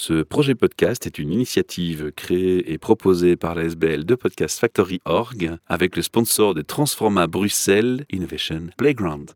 Ce projet podcast est une initiative créée et proposée par la SBL de Podcast Factory Org avec le sponsor de Transforma Bruxelles Innovation Playground.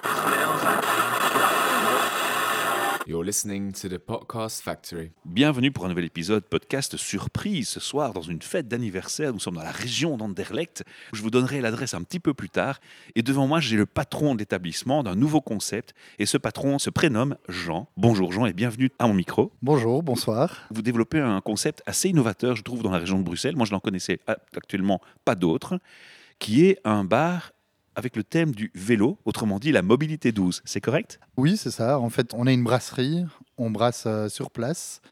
You're listening to the Podcast Factory. Bienvenue pour un nouvel épisode podcast surprise ce soir dans une fête d'anniversaire. Nous sommes dans la région d'Anderlecht. Je vous donnerai l'adresse un petit peu plus tard. Et devant moi, j'ai le patron de l'établissement d'un nouveau concept. Et ce patron se prénomme Jean. Bonjour Jean et bienvenue à mon micro. Bonjour, bonsoir. Vous développez un concept assez innovateur, je trouve, dans la région de Bruxelles. Moi, je n'en connaissais actuellement pas d'autre, qui est un bar avec le thème du vélo, autrement dit la mobilité douce. C'est correct ? Oui, c'est ça. En fait, on est une brasserie, on brasse sur place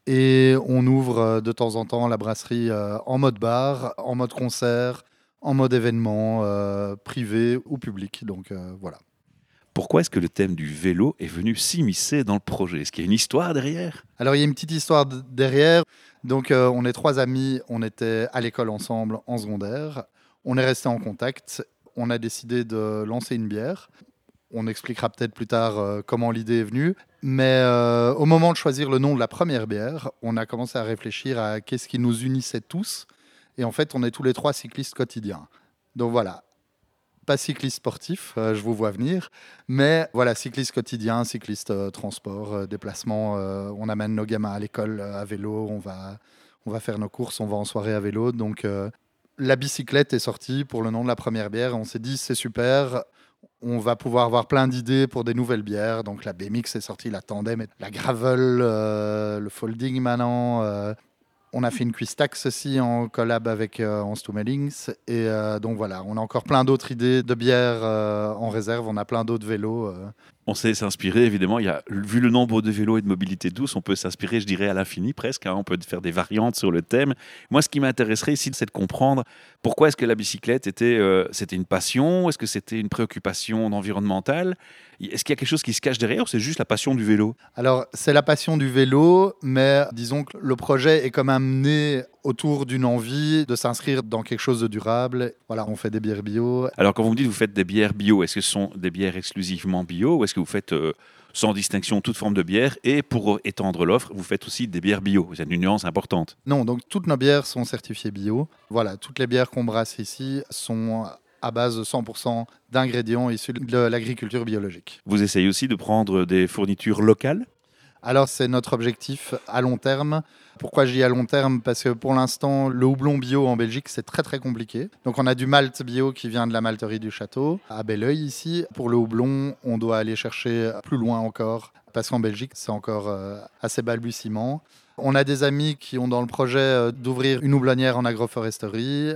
et on ouvre de temps en temps la brasserie en mode bar, en mode concert, en mode événement privé ou public. Donc voilà. Pourquoi est-ce que le thème du vélo est venu s'immiscer dans le projet ? Est-ce qu'il y a une histoire derrière ? Alors, il y a une petite histoire derrière. Donc, on est 3 amis, on était à l'école ensemble en secondaire. On est restés en contact. On a décidé de lancer une bière. On expliquera peut-être plus tard comment l'idée est venue. Mais au moment de choisir le nom de la première bière, on a commencé à réfléchir à qu'est-ce qui nous unissait tous. Et en fait, on est tous les 3 cyclistes quotidiens. Donc voilà, pas cycliste sportif, je vous vois venir. Mais voilà, cycliste quotidien, cycliste transport, déplacement. On amène nos gamins à l'école à vélo, on va faire nos courses, on va en soirée à vélo. Donc la bicyclette est sortie pour le nom de la première bière. On s'est dit, c'est super, on va pouvoir avoir plein d'idées pour des nouvelles bières. Donc la BMX est sortie, la Tandem, la Gravel, le Folding maintenant. On a fait une quiz tax aussi en collab avec Hans Toumelings. Et donc voilà, on a encore plein d'autres idées de bières en réserve. On a plein d'autres vélos. On sait s'inspirer, évidemment. Vu le nombre de vélos et de mobilité douce, on peut s'inspirer, je dirais, à l'infini presque. On peut faire des variantes sur le thème. Moi, ce qui m'intéresserait ici, c'est de comprendre pourquoi est-ce que la bicyclette c'était une passion ? Est-ce que c'était une préoccupation environnementale ? Est-ce qu'il y a quelque chose qui se cache derrière ou c'est juste la passion du vélo ? Alors, c'est la passion du vélo, mais disons que le projet est quand même né autour d'une envie de s'inscrire dans quelque chose de durable. Voilà, on fait des bières bio. Alors, quand vous me dites que vous faites des bières bio, est-ce que ce sont des bières exclusivement bio ou est-ce que vous faites sans distinction toute forme de bière et pour étendre l'offre, vous faites aussi des bières bio ? C'est une nuance importante. Non, donc toutes nos bières sont certifiées bio. Voilà, toutes les bières qu'on brasse ici sont à base de 100% d'ingrédients issus de l'agriculture biologique. Vous essayez aussi de prendre des fournitures locales ? Alors, c'est notre objectif à long terme. Pourquoi je dis à long terme ? Parce que pour l'instant, le houblon bio en Belgique, c'est très très compliqué. Donc, on a du malt bio qui vient de la malterie du château, à Belleuil ici. Pour le houblon, on doit aller chercher plus loin encore, parce qu'en Belgique, c'est encore assez balbutiement. On a des amis qui ont dans le projet d'ouvrir une houblonnière en agroforesterie.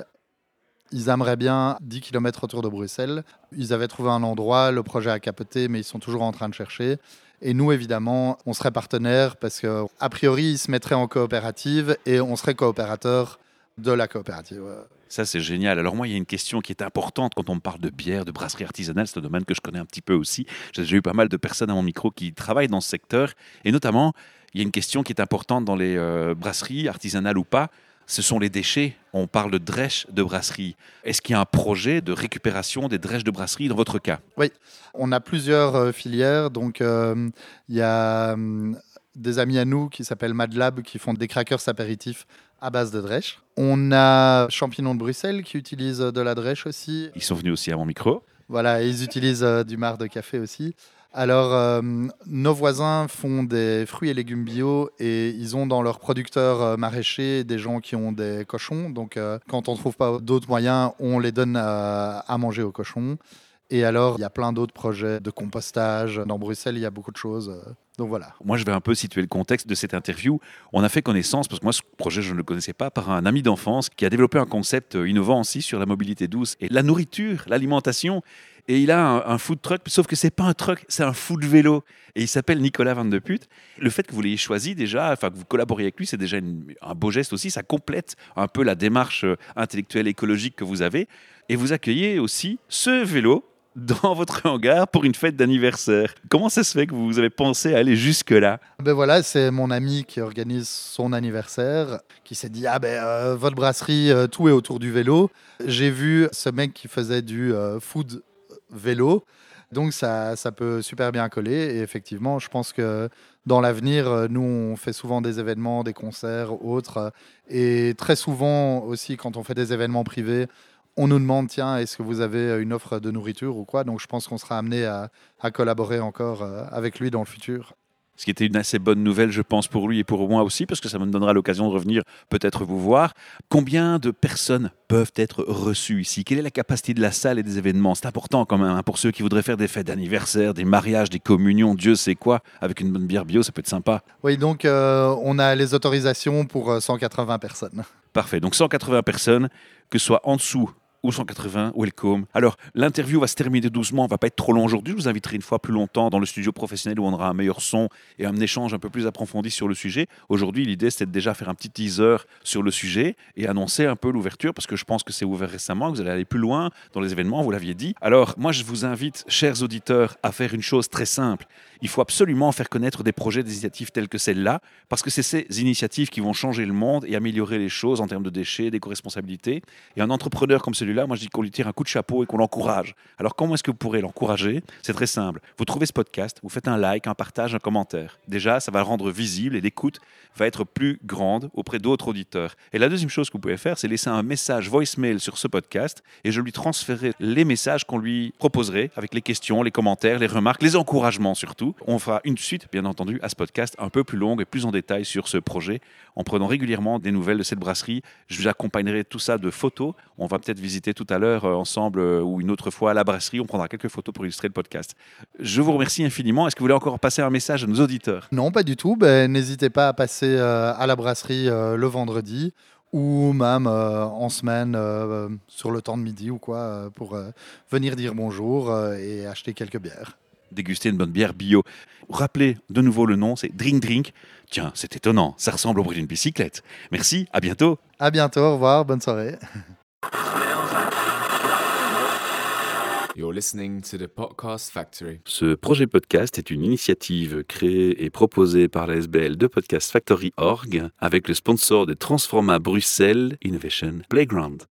Ils aimeraient bien 10 km autour de Bruxelles. Ils avaient trouvé un endroit, le projet a capoté, mais ils sont toujours en train de chercher. Et nous, évidemment, on serait partenaires parce qu'a priori, ils se mettraient en coopérative et on serait coopérateur de la coopérative. Ça, c'est génial. Alors moi, il y a une question qui est importante quand on me parle de bière, de brasserie artisanale. C'est un domaine que je connais un petit peu aussi. J'ai déjà eu pas mal de personnes à mon micro qui travaillent dans ce secteur. Et notamment, il y a une question qui est importante dans les brasseries, artisanales ou pas. Ce sont les déchets. On parle de drèches de brasserie. Est-ce qu'il y a un projet de récupération des drèches de brasserie dans votre cas ? Oui, on a plusieurs filières. Donc, il y a des amis à nous qui s'appellent Madlab qui font des crackers apéritifs à base de drèche. On a Champignons de Bruxelles qui utilisent de la drèche aussi. Ils sont venus aussi à mon micro. Voilà, ils utilisent du marc de café aussi. Alors, nos voisins font des fruits et légumes bio et ils ont dans leurs producteurs maraîchers des gens qui ont des cochons. Donc, quand on ne trouve pas d'autres moyens, on les donne à manger aux cochons. Et alors, il y a plein d'autres projets de compostage. Dans Bruxelles, il y a beaucoup de choses. Donc voilà. Moi, je vais un peu situer le contexte de cette interview. On a fait connaissance, parce que moi, ce projet, je ne le connaissais pas, par un ami d'enfance qui a développé un concept innovant aussi sur la mobilité douce et la nourriture, l'alimentation. Et il a un food truck, sauf que c'est pas un truck, c'est un food vélo. Et il s'appelle Nicolas Van de Put. Le fait que vous l'ayez choisi déjà, enfin que vous collaboriez avec lui, c'est déjà un beau geste aussi. Ça complète un peu la démarche intellectuelle, écologique que vous avez. Et vous accueillez aussi ce vélo dans votre hangar pour une fête d'anniversaire. Comment ça se fait que vous avez pensé à aller jusque-là ? Ben voilà, c'est mon ami qui organise son anniversaire, qui s'est dit votre brasserie, tout est autour du vélo. J'ai vu ce mec qui faisait du food vélo. Donc ça peut super bien coller. Et effectivement, je pense que dans l'avenir, nous, on fait souvent des événements, des concerts, autres. Et très souvent aussi, quand on fait des événements privés, on nous demande, tiens, est-ce que vous avez une offre de nourriture ou quoi? Donc je pense qu'on sera amené à collaborer encore avec lui dans le futur. Ce qui était une assez bonne nouvelle, je pense, pour lui et pour moi aussi, parce que ça me donnera l'occasion de revenir peut-être vous voir. Combien de personnes peuvent être reçues ici? Quelle est la capacité de la salle et des événements? C'est important quand même, hein, pour ceux qui voudraient faire des fêtes d'anniversaire, des mariages, des communions, Dieu sait quoi, avec une bonne bière bio, ça peut être sympa. Oui, donc on a les autorisations pour 180 personnes. Parfait, donc 180 personnes, que ce soit en dessous ou 180, welcome. Alors, l'interview va se terminer doucement, on va pas être trop long aujourd'hui. Je vous inviterai une fois plus longtemps dans le studio professionnel où on aura un meilleur son et un échange un peu plus approfondi sur le sujet. Aujourd'hui, l'idée, c'était de déjà faire un petit teaser sur le sujet et annoncer un peu l'ouverture, parce que je pense que c'est ouvert récemment, que vous allez aller plus loin dans les événements, vous l'aviez dit. Alors, moi, je vous invite, chers auditeurs, à faire une chose très simple. Il faut absolument faire connaître des projets, des initiatives telles que celle-là, parce que c'est ces initiatives qui vont changer le monde et améliorer les choses en termes de déchets, d'éco-responsabilité. Et un entrepreneur comme celui-là, moi je dis qu'on lui tire un coup de chapeau et qu'on l'encourage. Alors comment est-ce que vous pourrez l'encourager? C'est très simple. Vous trouvez ce podcast, vous faites un like, un partage, un commentaire. Déjà, ça va le rendre visible et l'écoute va être plus grande auprès d'autres auditeurs. Et la deuxième chose que vous pouvez faire, c'est laisser un message voicemail sur ce podcast et je lui transférerai les messages qu'on lui proposerait avec les questions, les commentaires, les remarques, les encouragements surtout. On fera une suite, bien entendu, à ce podcast un peu plus longue et plus en détail sur ce projet en prenant régulièrement des nouvelles de cette brasserie. Je vous accompagnerai tout ça de photos. On va peut-être visiter tout à l'heure ensemble ou une autre fois à la brasserie. On prendra quelques photos pour illustrer le podcast. Je vous remercie infiniment. Est-ce que vous voulez encore passer un message à nos auditeurs? Non, pas du tout. N'hésitez pas à passer à la brasserie le vendredi ou même en semaine sur le temps de midi ou quoi pour venir dire bonjour et acheter quelques bières. Déguster une bonne bière bio. Rappelez de nouveau le nom, c'est Drink Drink. Tiens, c'est étonnant, ça ressemble au bruit d'une bicyclette. Merci, à bientôt. À bientôt, au revoir, bonne soirée. You're listening to the Podcast Factory. Ce projet podcast est une initiative créée et proposée par la SBL de Podcast Factory Org avec le sponsor de Transforma Bruxelles Innovation Playground.